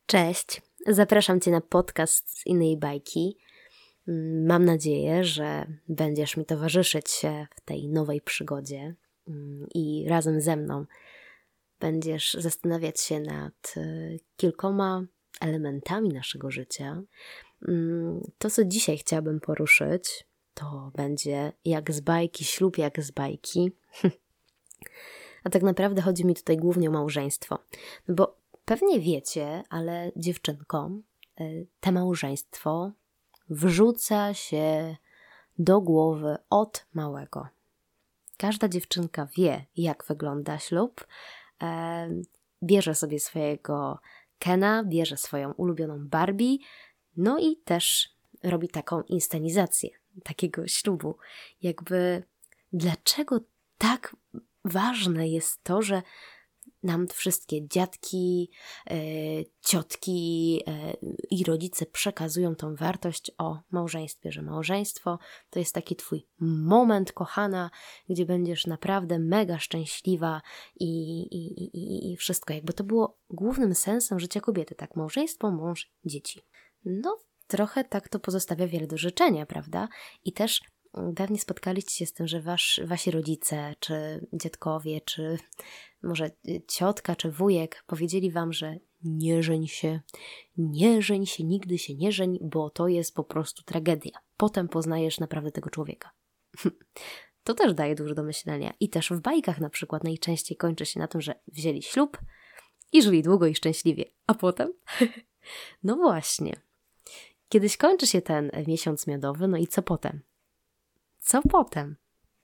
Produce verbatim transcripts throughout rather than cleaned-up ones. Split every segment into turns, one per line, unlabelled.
Cześć, zapraszam Cię na podcast z innej bajki. Mam nadzieję, że będziesz mi towarzyszyć w tej nowej przygodzie i razem ze mną będziesz zastanawiać się nad kilkoma elementami naszego życia. To, co dzisiaj chciałabym poruszyć, to będzie jak z bajki, ślub jak z bajki. A tak naprawdę chodzi mi tutaj głównie o małżeństwo, no bo pewnie wiecie, ale dziewczynkom te małżeństwo wrzuca się do głowy od małego. Każda dziewczynka wie, jak wygląda ślub, e, bierze sobie swojego Kena, bierze swoją ulubioną Barbie, no i też robi taką inscenizację takiego ślubu. Jakby dlaczego tak ważne jest to, że nam wszystkie dziadki, e, ciotki e, i rodzice przekazują tą wartość o małżeństwie, że małżeństwo to jest taki twój moment, kochana, gdzie będziesz naprawdę mega szczęśliwa i, i, i, i wszystko. Jakby to było głównym sensem życia kobiety, tak? Małżeństwo, mąż, dzieci. No, trochę tak to pozostawia wiele do życzenia, prawda? I też pewnie spotkaliście się z tym, że wasz, wasi rodzice, czy dziadkowie, czy może ciotka, czy wujek powiedzieli wam, że nie żeń się, nie żeń się, nigdy się nie żeń, bo to jest po prostu tragedia. Potem poznajesz naprawdę tego człowieka. To też daje dużo do myślenia. I też w bajkach na przykład najczęściej kończy się na tym, że wzięli ślub i żyli długo i szczęśliwie. A potem? No właśnie. Kiedyś kończy się ten miesiąc miodowy, no i co potem? Co potem?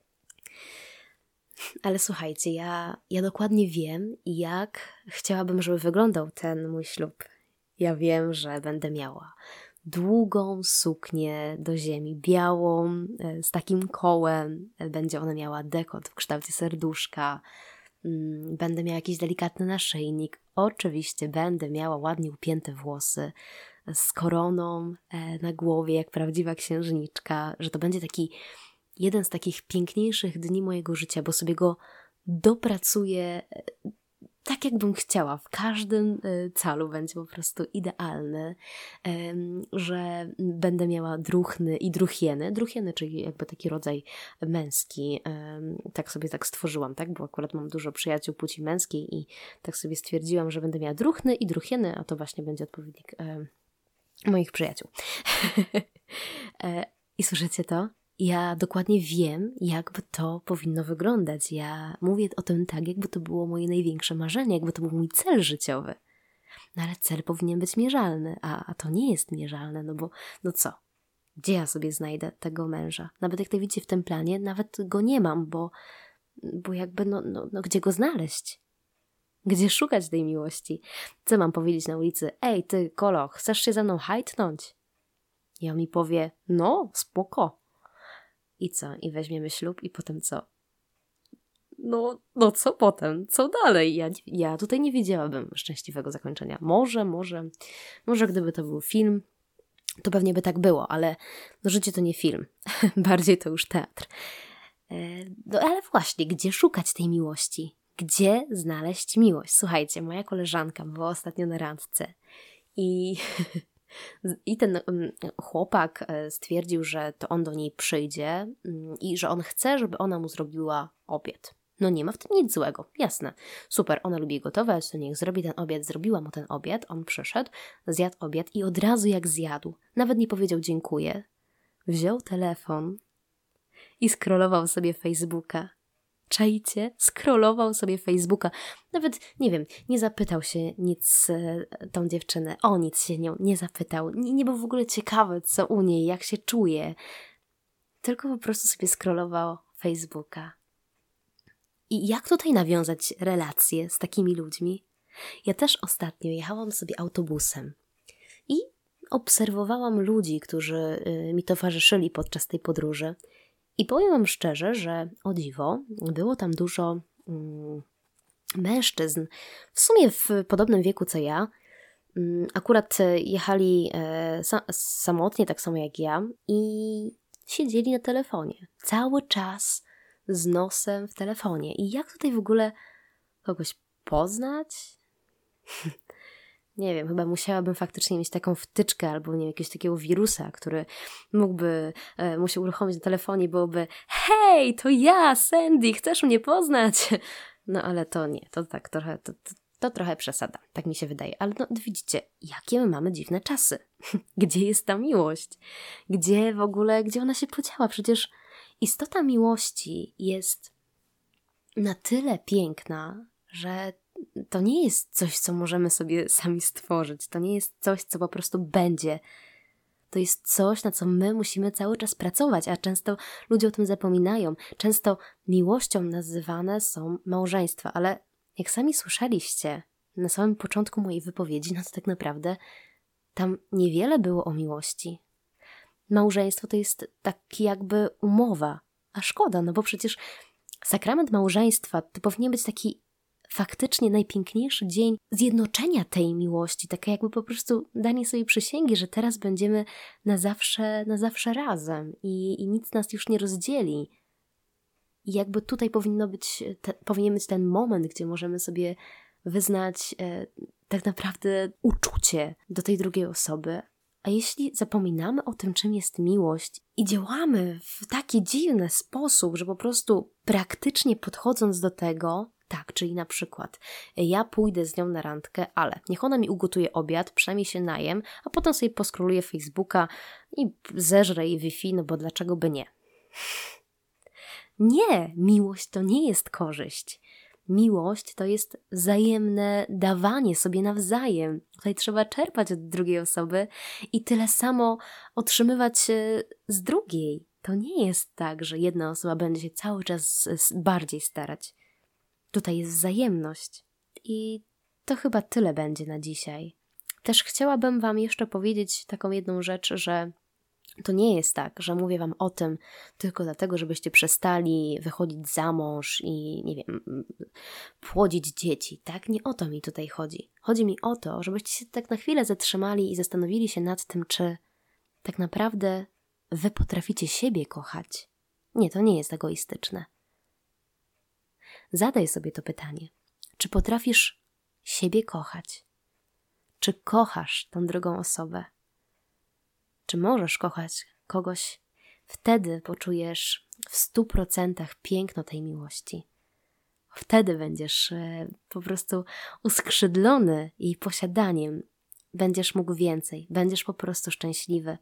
Ale słuchajcie, ja, ja dokładnie wiem, jak chciałabym, żeby wyglądał ten mój ślub. Ja wiem, że będę miała długą suknię do ziemi, białą, z takim kołem. Będzie ona miała dekot w kształcie serduszka. Będę miała jakiś delikatny naszyjnik. Oczywiście będę miała ładnie upięte włosy z koroną na głowie, jak prawdziwa księżniczka. Że to będzie taki jeden z takich piękniejszych dni mojego życia, bo sobie go dopracuję tak, jakbym chciała. W każdym calu będzie po prostu idealny, że będę miała druchny i druchieny. Druchieny, czyli jakby taki rodzaj męski. Tak sobie tak stworzyłam, tak? Bo akurat mam dużo przyjaciół płci męskiej i tak sobie stwierdziłam, że będę miała druchny i druchieny, a to właśnie będzie odpowiednik moich przyjaciół. I słyszycie to? Ja dokładnie wiem, jakby to powinno wyglądać. Ja mówię o tym tak, jakby to było moje największe marzenie, jakby to był mój cel życiowy. No ale cel powinien być mierzalny, a, a to nie jest mierzalne, no bo no co? Gdzie ja sobie znajdę tego męża? Nawet jak to widzicie w tym planie, nawet go nie mam, bo, bo jakby no, no, no gdzie go znaleźć? Gdzie szukać tej miłości? Co mam powiedzieć na ulicy? Ej, ty, kolo, chcesz się ze mną hajtnąć? I on mi powie, no, spoko. I co? I weźmiemy ślub i potem co? No, no co potem? Co dalej? Ja, ja tutaj nie widziałabym szczęśliwego zakończenia. Może, może, może gdyby to był film, to pewnie by tak było, ale no życie to nie film. Bardziej to już teatr. No ale właśnie, gdzie szukać tej miłości? Gdzie znaleźć miłość? Słuchajcie, moja koleżanka była ostatnio na randce i... I ten chłopak stwierdził, że to on do niej przyjdzie i że on chce, żeby ona mu zrobiła obiad. No nie ma w tym nic złego, jasne. Super, ona lubi gotować, to niech zrobi ten obiad. Zrobiła mu ten obiad, on przyszedł, zjadł obiad i od razu jak zjadł, nawet nie powiedział dziękuję, wziął telefon i scrollował sobie Facebooka. Czajcie? Scrollował sobie Facebooka. Nawet, nie wiem, nie zapytał się nic tą dziewczynę. O nic się nią nie zapytał. Nie, nie był w ogóle ciekawy, co u niej, jak się czuje. Tylko po prostu sobie scrollował Facebooka. I jak tutaj nawiązać relacje z takimi ludźmi? Ja też ostatnio jechałam sobie autobusem i obserwowałam ludzi, którzy mi towarzyszyli podczas tej podróży. I powiem wam szczerze, że o dziwo, było tam dużo mm, mężczyzn, w sumie w podobnym wieku co ja. Mm, akurat jechali e, sa- samotnie, tak samo jak ja, i siedzieli na telefonie. Cały czas z nosem w telefonie. I jak tutaj w ogóle kogoś poznać? Nie wiem, chyba musiałabym faktycznie mieć taką wtyczkę albo nie wiem, jakiegoś takiego wirusa, który mógłby e, mu się uruchomić na telefonie, byłoby hej, to ja, Sandy, chcesz mnie poznać? No ale to nie, to tak trochę, to, to, to trochę przesada, tak mi się wydaje. Ale no widzicie, jakie my mamy dziwne czasy. Gdzie jest ta miłość? Gdzie w ogóle, gdzie ona się podziała? Przecież istota miłości jest na tyle piękna, że to nie jest coś, co możemy sobie sami stworzyć. To nie jest coś, co po prostu będzie. To jest coś, na co my musimy cały czas pracować, a często ludzie o tym zapominają. Często miłością nazywane są małżeństwa, ale jak sami słyszeliście na samym początku mojej wypowiedzi, no to tak naprawdę tam niewiele było o miłości. Małżeństwo to jest taki jakby umowa, a szkoda, no bo przecież sakrament małżeństwa to powinien być taki faktycznie najpiękniejszy dzień zjednoczenia tej miłości, takie jakby po prostu danie sobie przysięgi, że teraz będziemy na zawsze, na zawsze razem i, i nic nas już nie rozdzieli. I jakby tutaj powinno być, te, powinien być ten moment, gdzie możemy sobie wyznać e, tak naprawdę uczucie do tej drugiej osoby. A jeśli zapominamy o tym, czym jest miłość i działamy w taki dziwny sposób, że po prostu praktycznie podchodząc do tego, tak, czyli na przykład ja pójdę z nią na randkę, ale niech ona mi ugotuje obiad, przynajmniej się najem, a potem sobie poskroluję Facebooka i zeżrę jej Wi-Fi, no bo dlaczego by nie? Nie, miłość to nie jest korzyść. Miłość to jest wzajemne dawanie sobie nawzajem. Tutaj trzeba czerpać od drugiej osoby i tyle samo otrzymywać z drugiej. To nie jest tak, że jedna osoba będzie się cały czas bardziej starać. Tutaj jest wzajemność. I to chyba tyle będzie na dzisiaj. Też chciałabym Wam jeszcze powiedzieć taką jedną rzecz, że to nie jest tak, że mówię Wam o tym tylko dlatego, żebyście przestali wychodzić za mąż i, nie wiem, płodzić dzieci. Tak? Nie o to mi tutaj chodzi. Chodzi mi o to, żebyście się tak na chwilę zatrzymali i zastanowili się nad tym, czy tak naprawdę Wy potraficie siebie kochać. Nie, to nie jest egoistyczne. Zadaj sobie to pytanie. Czy potrafisz siebie kochać? Czy kochasz tą drugą osobę? Czy możesz kochać kogoś? Wtedy poczujesz w stu procentach piękno tej miłości. Wtedy będziesz e, po prostu uskrzydlony jej posiadaniem. Będziesz mógł więcej. Będziesz po prostu szczęśliwy.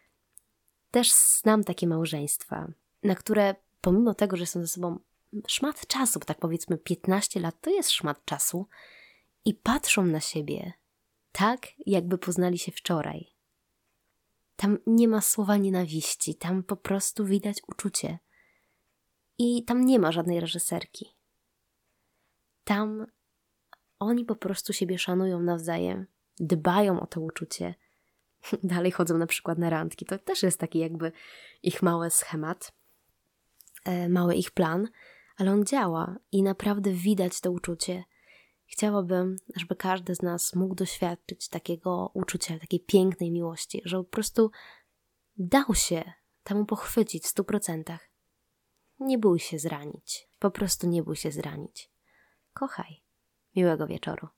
Też znam takie małżeństwa, na które pomimo tego, że są ze sobą szmat czasu, tak powiedzmy piętnaście lat, to jest szmat czasu i patrzą na siebie tak, jakby poznali się wczoraj. Tam nie ma słowa nienawiści, tam po prostu widać uczucie. I tam nie ma żadnej reżyserki. Tam oni po prostu siebie szanują nawzajem, dbają o to uczucie. Dalej chodzą na przykład na randki. To też jest taki jakby ich mały schemat, e, mały ich plan, ale on działa i naprawdę widać to uczucie. Chciałabym, żeby każdy z nas mógł doświadczyć takiego uczucia, takiej pięknej miłości, że po prostu dał się temu pochwycić w stu procentach. Nie bój się zranić. Po prostu nie bój się zranić. Kochaj. Miłego wieczoru.